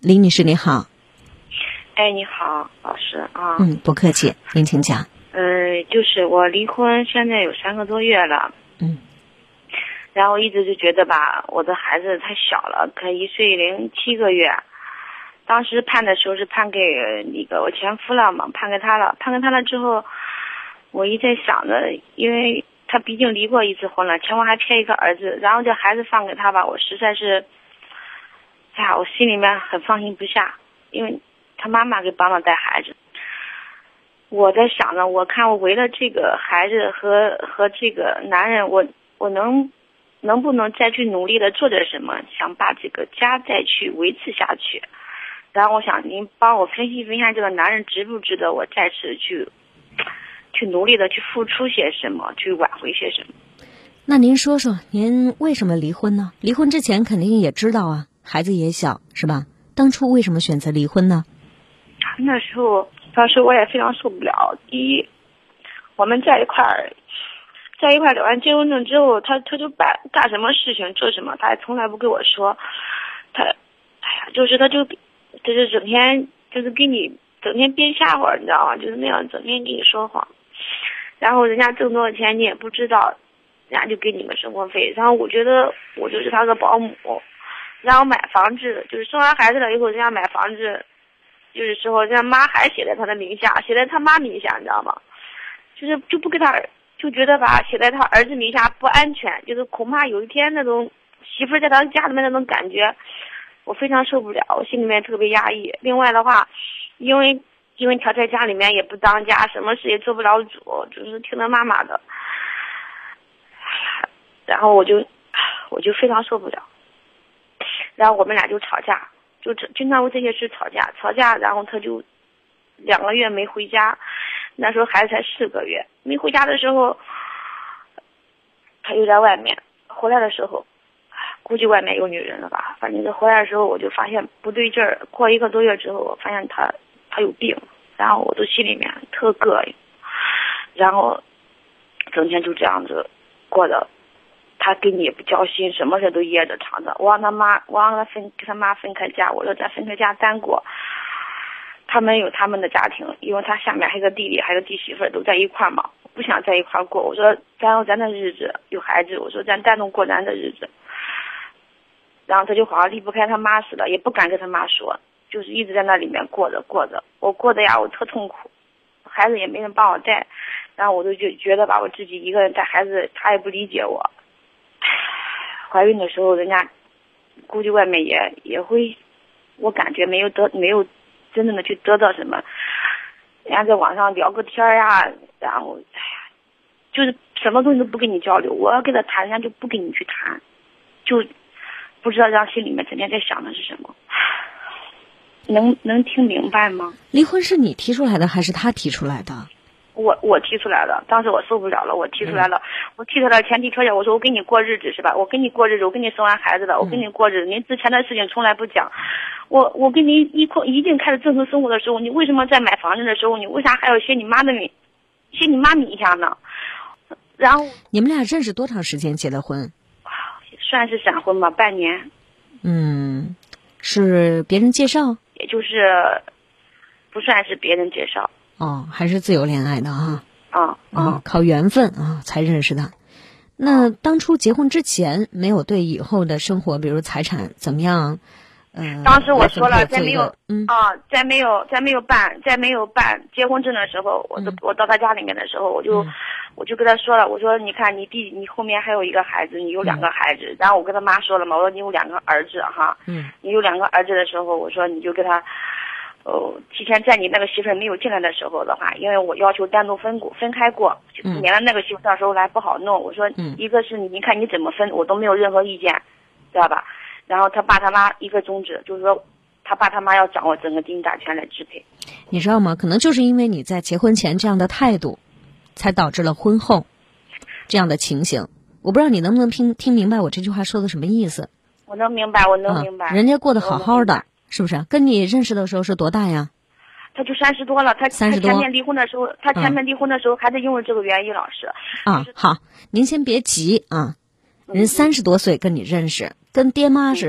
李女士你好。 哎，你好，老师啊。 不客气，您请讲。 就是我离婚现在有3个多月了。然后一直就觉得吧，我的孩子太小了，才1岁07个月。当时判的时候是判给那个我前夫了嘛，判给他了之后，我一直在想着，因为他毕竟离过1次婚了，前夫还骗一个儿子，然后这孩子放给他吧，我实在是，我心里面很放心不下，因为他妈妈给帮着带孩子。我在想着，我看我为了这个孩子和这个男人，我能不能再去努力的做点什么，想把这个家再去维持下去。然后我想您帮我分析一下，这个男人值不值得我再次去努力的去付出些什么，去挽回些什么。 那您说说，您为什么离婚呢？离婚之前肯定也知道啊，孩子也小是吧？当初为什么选择离婚呢？ 那时候当时我也非常受不了。第一，我们在一块领完结婚证之后，他就干什么事情做什么，他也从来不跟我说。他就是整天就是给你整天编瞎话，你知道吗？就是那样整天跟你说谎。然后人家挣多少钱你也不知道，人家就给你个生活费。然后我觉得我就是他个保姆。然后买房子，就是生完孩子了以后，人家买房子，就是时候人家妈还写在他的名下，写在他妈名下，你知道吗？就不给他，就觉得吧，写在他儿子名下不安全，就是恐怕有一天那种媳妇在他家里面那种感觉，我非常受不了，我心里面特别压抑。另外的话，因为他在家里面也不当家，什么事也做不了主，就是听他妈妈的。然后我就非常受不了。然后我们俩就吵架，就经常为这些事吵架，然后他就2个月没回家，那时候孩子才4个月，没回家的时候，他又在外面，回来的时候，估计外面有女人了吧，反正回来的时候我就发现不对劲儿，过1个多月之后，我发现他有病，然后我都心里面特膈应，然后整天就这样子过的。他跟你也不交心，什么事都掖着藏着。我让他跟他妈分开家，我说咱分开家单过。他们有他们的家庭，因为他下面还有个弟弟，还有个弟媳妇都在一块嘛，我不想在一块过。我说咱有咱的日子，有孩子，我说咱单独过咱的日子。然后他就好像离不开他妈似的，也不敢跟他妈说，就是一直在那里面过着。我过的呀，我特痛苦，孩子也没人帮我带，然后我就觉得吧，我自己一个人带孩子，他也不理解我。怀孕的时候，人家估计外面也会，我感觉没有真正的去得到什么。人家在网上聊个天呀，然后就是什么东西都不跟你交流。我要跟他谈，人家就不跟你去谈，就不知道人家心里面整天在想的是什么。能听明白吗？ 离婚是你提出来的还是他提出来的？ 我提出来了，当时我受不了了，我提出来了，我提出来前提条件，我说我跟你过日子是吧？我跟你过日子，我跟你生完孩子了，我跟你过日子，您之前的事情从来不讲。我跟你一定开始正式生活的时候，你为什么在买房子的时候，你为啥还要写你妈名下呢？然后你们俩认识多长时间结的婚？ 算是闪婚吧，半年。 是别人介绍？ 也就是不算是别人介绍。 还是自由恋爱的啊。靠缘分啊才认识的。那当初结婚之前没有对以后的生活，比如财产怎么样？ 当时我说了，在没有办结婚证的时候，我到他家里面的时候，我就跟他说了，我说你看你后面还有一个孩子，你有2个孩子，然后我跟他妈说了嘛，我说你有2个儿子哈，你有2个儿子的时候，我说你就跟他。提前在你那个媳妇没有进来的时候的话，因为我要求单独分开过，免得那个媳妇到时候来不好弄。我说一个是你看你怎么分，我都没有任何意见，知道吧？然后他爸他妈一个宗旨，就是说他爸他妈要掌握整个经济大权来支配。 你知道吗？可能就是因为你在结婚前这样的态度，才导致了婚后这样的情形。我不知道你能不能听明白我这句话说的什么意思？ 我能明白。 人家过得好好的。是不是跟你认识的时候是多大呀？ 他就30多了，他前面离婚的时候，还是因为这个原因，老师。 好，您先别急啊。人30多岁跟你认识，跟爹妈是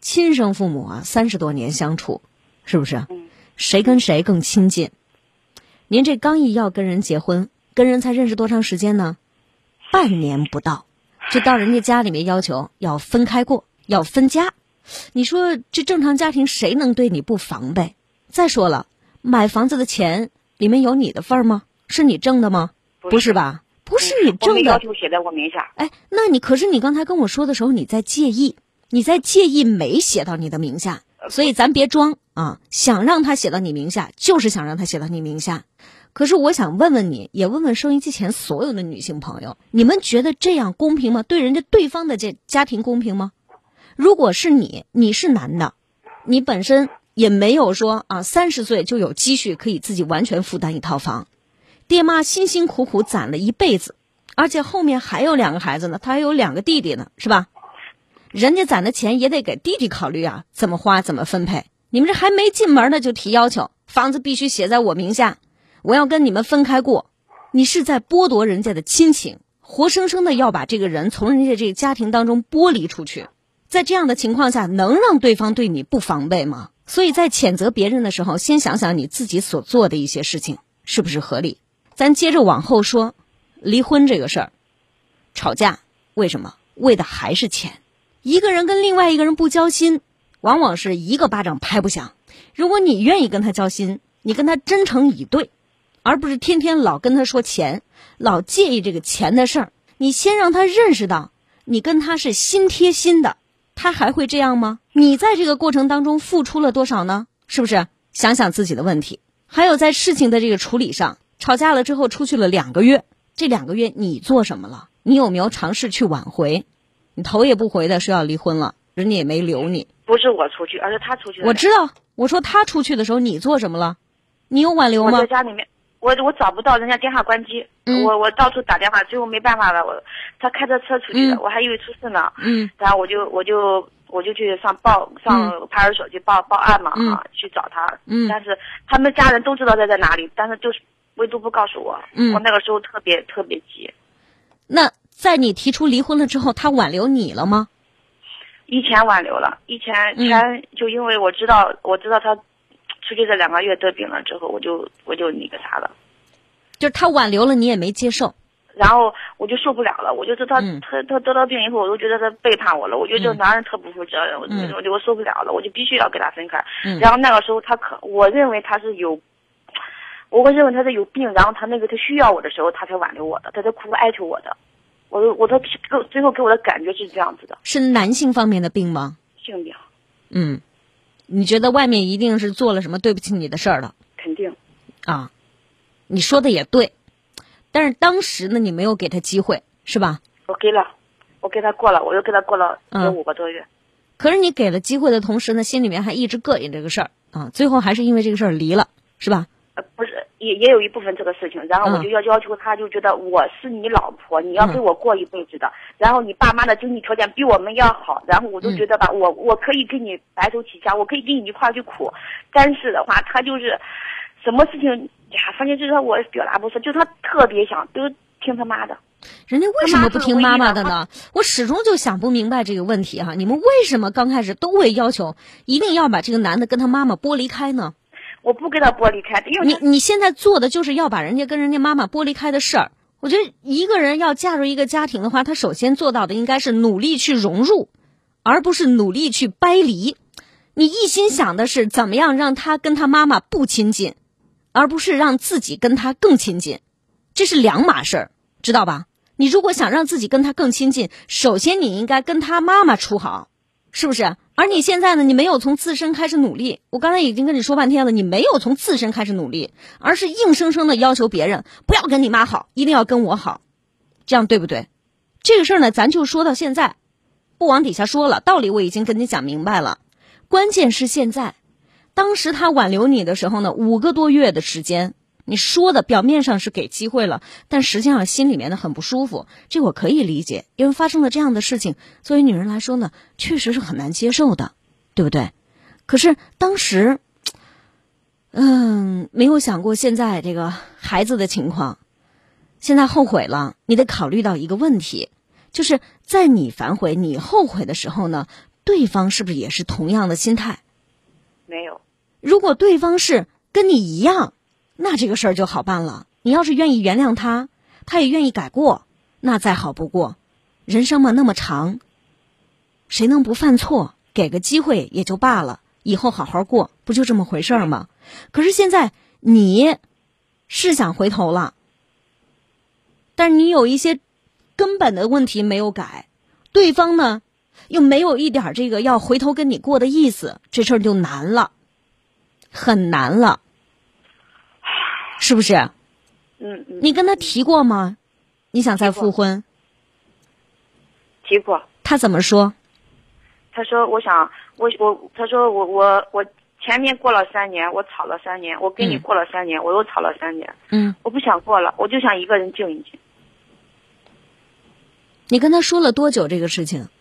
亲生父母啊，30多年相处，是不是？谁跟谁更亲近？您这刚一要跟人结婚，跟人才认识多长时间呢？半年不到，就到人家家里面要求要分开过，要分家。你说这正常家庭谁能对你不防备？再说了，买房子的钱里面有你的份儿吗？是你挣的吗？不是吧？不是你挣的。 我没要求写在我名下。 哎，那你可是你刚才跟我说的时候，你在介意没写到你的名下，所以咱别装啊！想让他写到你名下，就是想让他写到你名下。可是我想问问你，也问问收音机前所有的女性朋友，你们觉得这样公平吗？对人家对方的这家庭公平吗？如果是你是男的，你本身也没有说啊30岁就有积蓄可以自己完全负担一套房，爹妈辛辛苦苦攒了一辈子，而且后面还有2个孩子呢，他还有2个弟弟呢，是吧？人家攒的钱也得给弟弟考虑啊，怎么花怎么分配。你们这还没进门呢就提要求，房子必须写在我名下，我要跟你们分开过。你是在剥夺人家的亲情，活生生的要把这个人从人家这个家庭当中剥离出去。在这样的情况下，能让对方对你不防备吗？所以在谴责别人的时候，先想想你自己所做的一些事情是不是合理。咱接着往后说，离婚这个事儿，吵架为什么？为的还是钱。一个人跟另外一个人不交心，往往是一个巴掌拍不响。如果你愿意跟他交心，你跟他真诚以对，而不是天天老跟他说钱，老介意这个钱的事儿，你先让他认识到你跟他是心贴心的，他还会这样吗？你在这个过程当中付出了多少呢？是不是？想想自己的问题。还有在事情的这个处理上，吵架了之后出去了2个月，这2个月你做什么了？你有没有尝试去挽回？你头也不回的说要离婚了，人家也没留你。 不是我出去，而是他出去的。 我知道，我说他出去的时候你做什么了？你有挽留吗？ 我在家里面，我找不到，人家电话关机，我到处打电话，最后没办法了，他开着车出去的，我还以为出事呢，然后我就去上派出所去报案嘛，去找他，但是他们家人都知道在哪里，但是就是唯独不告诉我，我那个时候特别特别急。 那在你提出离婚了之后，他挽留你了吗？ 以前挽留了，以前就因为我知道他出去这2个月得病了之后，我就那个啥了， 就是他挽留了你也没接受， 然后我就受不了了，我就知道他得了病以后，我都觉得他背叛我了，我觉得这个男人特不负责任，我受不了了，我就必须要跟他分开。然后那个时候我认为他是有病，然后他需要我的时候，他才挽留我的，他才苦苦哀求我的。最后给我的感觉是这样子的。是男性方面的病吗？ 性病。 你觉得外面一定是做了什么对不起你的事儿了？ 肯定。 啊，你说的也对，但是当时呢，你没有给他机会，是吧？ 我给了，我给他过了，我又给他过了有5个多月。 可是你给了机会的同时呢，心里面还一直膈应这个事儿啊，最后还是因为这个事儿离了，是吧？ 不是。也有一部分这个事情，然后我就要求他，就觉得我是你老婆，你要跟我过一辈子的，然后你爸妈的经济条件比我们要好，然后我就觉得吧，我可以跟你白手起家，我可以跟你一块儿去苦，但是的话，他就是什么事情呀，反正就是我表达不出，就是他特别想都听他妈的。 人家为什么不听妈妈的呢？我始终就想不明白这个问题哈，你们为什么刚开始都会要求一定要把这个男的跟他妈妈剥离开呢？ 我不跟他剥离开，因为你现在做的就是要把人家跟人家妈妈剥离开的事儿。我觉得一个人要嫁入一个家庭的话，他首先做到的应该是努力去融入，而不是努力去掰离。你一心想的是怎么样让他跟他妈妈不亲近，而不是让自己跟他更亲近，这是2码事儿，知道吧？你如果想让自己跟他更亲近，首先你应该跟他妈妈处好，是不是？而你现在呢，你没有从自身开始努力，我刚才已经跟你说半天了，你没有从自身开始努力，而是硬生生的要求别人不要跟你妈好，一定要跟我好，这样对不对？这个事儿呢，咱就说到现在，不往底下说了，道理我已经跟你讲明白了，关键是现在，当时他挽留你的时候呢，5个多月的时间，你说的表面上是给机会了，但实际上心里面呢很不舒服，这我可以理解，因为发生了这样的事情，作为女人来说呢，确实是很难接受的，对不对？可是当时没有想过现在这个孩子的情况，现在后悔了，你得考虑到一个问题，就是在你反悔你后悔的时候呢， 对方是不是也是同样的心态？ 没有。 如果对方是跟你一样，那这个事儿就好办了。你要是愿意原谅他，他也愿意改过，那再好不过。人生嘛那么长，谁能不犯错？给个机会也就罢了，以后好好过，不就这么回事儿吗？可是现在你是想回头了，但是你有一些根本的问题没有改，对方呢又没有一点这个要回头跟你过的意思，这事儿就难了，很难了，是不是？你跟他提过吗？你想再复婚？ 提过。 他怎么说？ 他说他说我前面过了3年，我吵了3年，我跟你过了3年，我又吵了3年。我不想过了，我就想一个人静一静。 你跟他说了多久这个事情？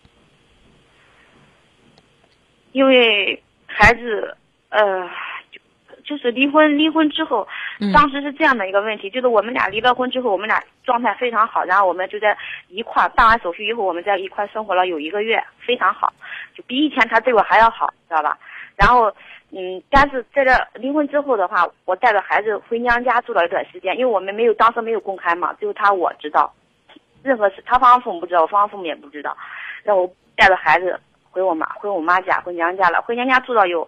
因为孩子就是离婚之后，当时是这样的一个问题，就是我们俩离了婚之后，我们俩状态非常好，然后我们就在一块办完手续以后，我们在一块生活了有1个月，非常好，就比以前他对我还要好，知道吧？然后但是在这离婚之后的话，我带着孩子回娘家住了一段时间，因为我们当时没有公开嘛，只有我知道，任何事他方父母不知道，我方父母也不知道。然后我带着孩子回我妈家，回娘家了，回娘家住了有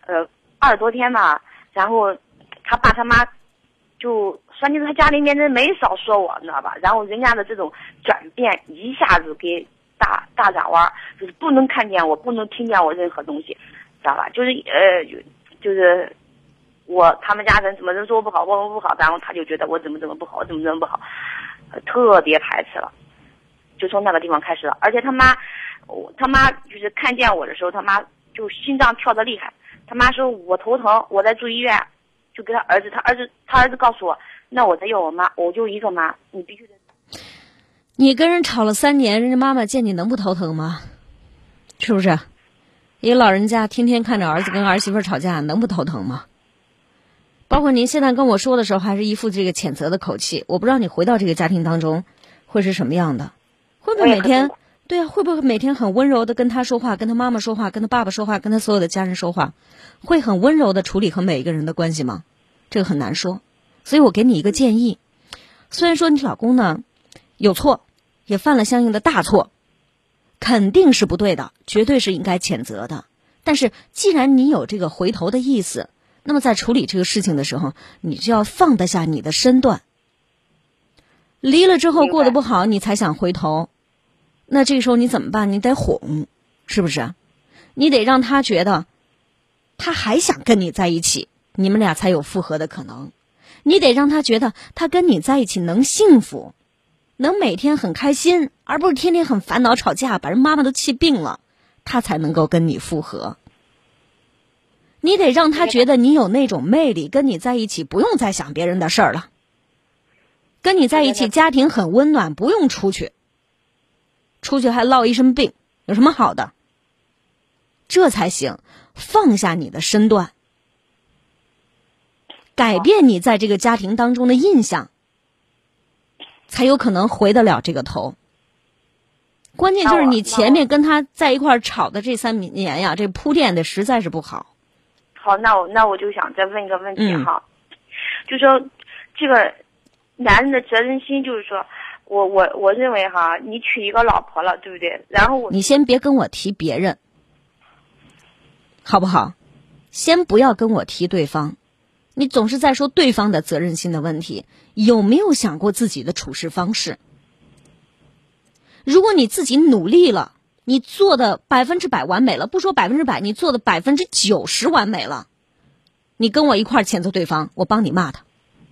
20多天吧。然后他爸他妈就关键是他家里面人没少说我，你知道吧？然后人家的这种转变一下子给大转弯，就是不能看见我，不能听见我任何东西，知道吧？就是他们家人怎么说我不好，我不好，然后他就觉得我怎么不好，我怎么不好，特别排斥了。就从那个地方开始了。而且他妈就是看见我的时候，他妈就心脏跳得厉害。他妈说我头疼，我在住医院，就给他儿子告诉我，那我再要我妈，我就一个妈，你必须得。 你跟人吵了3年，人家妈妈见你能不头疼吗？是不是？一个老人家天天看着儿子跟儿媳妇吵架，能不头疼吗？包括您现在跟我说的时候，还是一副这个谴责的口气。我不知道你回到这个家庭当中会是什么样的，会不会每天对啊？会不会每天很温柔的跟他说话，跟他妈妈说话，跟他爸爸说话，跟他所有的家人说话，会很温柔的处理和每一个人的关系吗？这个很难说。所以我给你一个建议，虽然说你老公呢有错，也犯了相应的大错，肯定是不对的，绝对是应该谴责的。但是既然你有这个回头的意思，那么在处理这个事情的时候，你就要放得下你的身段。离了之后过得不好，你才想回头，那这个时候你怎么办？你得哄，是不是？你得让他觉得他还想跟你在一起，你们俩才有复合的可能。你得让他觉得他跟你在一起能幸福，能每天很开心，而不是天天很烦恼吵架，把人妈妈都气病了，他才能够跟你复合。你得让他觉得你有那种魅力，跟你在一起不用再想别人的事儿了，跟你在一起家庭很温暖，不用出去还落一身病，有什么好的？这才行。放下你的身段，改变你在这个家庭当中的印象，才有可能回得了这个头。关键就是你前面跟他在一块儿吵的这3年呀，这铺垫的实在是不好。 好，那我就想再问一个问题哈，就说这个男人的责任心，就是说我认为哈，你娶一个老婆了，对不对？然后你先别跟我提别人，好不好？先不要跟我提对方，你总是在说对方的责任心的问题，有没有想过自己的处事方式？如果你自己努力了，你做的100%完美了，不说100%，你做的90%完美了，你跟我一块儿谴责对方，我帮你骂他。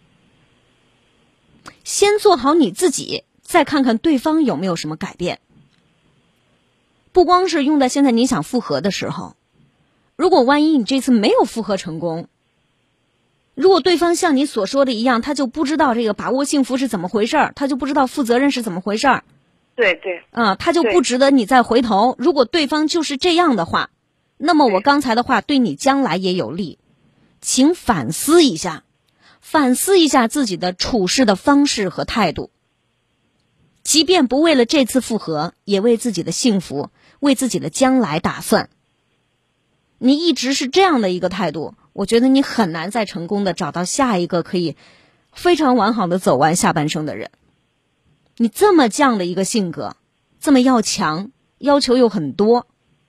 先做好你自己，再看看对方有没有什么改变。不光是用在现在你想复合的时候，如果万一你这次没有复合成功，如果对方像你所说的一样，他就不知道这个把握幸福是怎么回事，他就不知道负责任是怎么回事， 对， 他就不值得你再回头。如果对方就是这样的话，那么我刚才的话对你将来也有利，请反思一下自己的处事的方式和态度。即便不为了这次复合，也为自己的幸福， 为自己的将来打算，你一直是这样的一个态度，我觉得你很难再成功的找到下一个可以非常完好的走完下半生的人。你这么犟的一个性格，这么要强，要求又很多，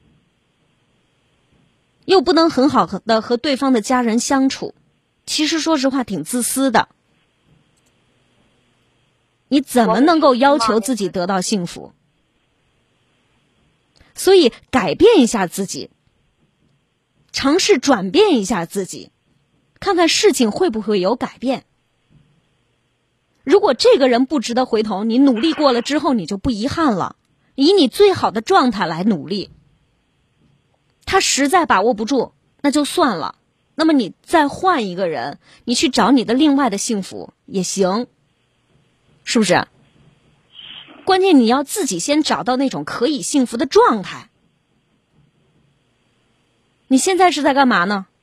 又不能很好的和对方的家人相处，其实说实话挺自私的。你怎么能够要求自己得到幸福？所以改变一下自己，尝试转变一下自己，看看事情会不会有改变。如果这个人不值得回头，你努力过了之后你就不遗憾了，以你最好的状态来努力。他实在把握不住，那就算了，那么你再换一个人，你去找你的另外的幸福也行，是不是？关键你要自己先找到那种可以幸福的状态。你现在是在干嘛呢？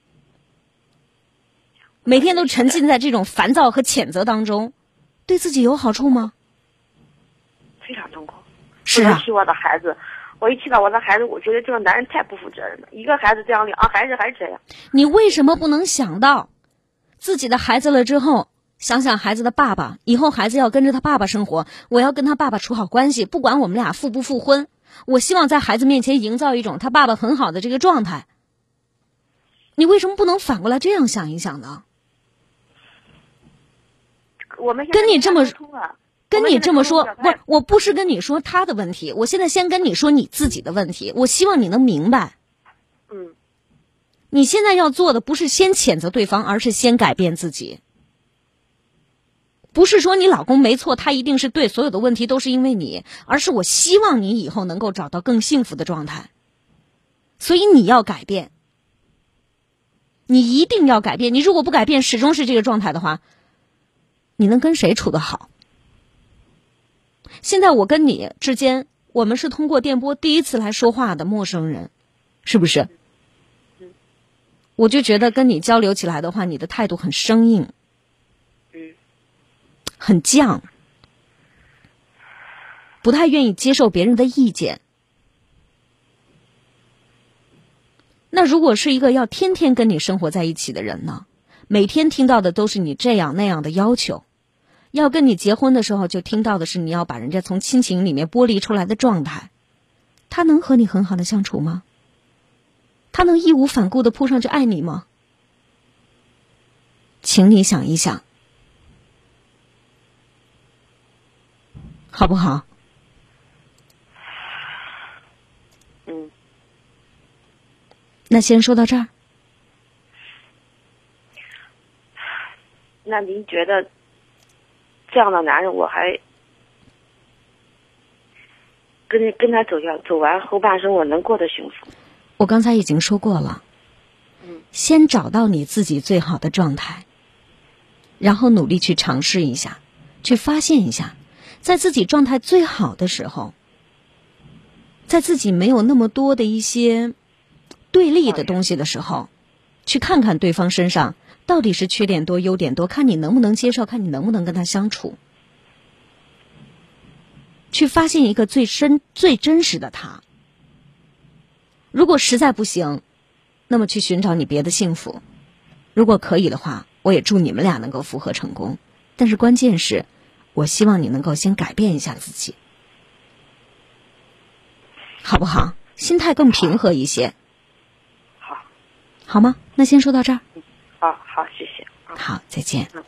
每天都沉浸在这种烦躁和谴责当中，对自己有好处吗？ 非常痛苦。 是啊， 提我的孩子，我一提到我的孩子，我觉得这个男人太不负责任了。一个孩子这样，两个孩子还是这样。 你为什么不能想到自己的孩子了之后，想想孩子的爸爸，以后孩子要跟着他爸爸生活，我要跟他爸爸处好关系，不管我们俩复不复婚，我希望在孩子面前营造一种他爸爸很好的这个状态。你为什么不能反过来这样想一想呢？ 我们跟你这么说，我不是跟你说他的问题，我现在先跟你说你自己的问题，我希望你能明白。你现在要做的不是先谴责对方，而是先改变自己。不是说你老公没错，他一定是对，所有的问题都是因为你，而是我希望你以后能够找到更幸福的状态。所以你要改变，你一定要改变。你如果不改变，始终是这个状态的话，你能跟谁处得好？现在我跟你之间，我们是通过电波第一次来说话的陌生人，是不是？我就觉得跟你交流起来的话，你的态度很生硬，很犟，不太愿意接受别人的意见。那如果是一个要天天跟你生活在一起的人呢，每天听到的都是你这样那样的要求，要跟你结婚的时候就听到的是你要把人家从亲情里面剥离出来的状态，他能和你很好的相处吗？他能义无反顾地扑上去爱你吗？请你想一想，好不好？那先说到这儿。 那您觉得这样的男人，我还跟他走完后半生，我能过得幸福？ 我刚才已经说过了，先找到你自己最好的状态，然后努力去尝试一下，去发现一下，在自己状态最好的时候，在自己没有那么多的一些对立的东西的时候，去看看对方身上到底是缺点多优点多，看你能不能接受，看你能不能跟他相处，去发现一个最真实的他。如果实在不行，那么去寻找你别的幸福。如果可以的话，我也祝你们俩能够复合成功。但是关键是，我希望你能够先改变一下自己，好不好？心态更平和一些。好吗？那先说到这儿。 好，谢谢。 好，再见。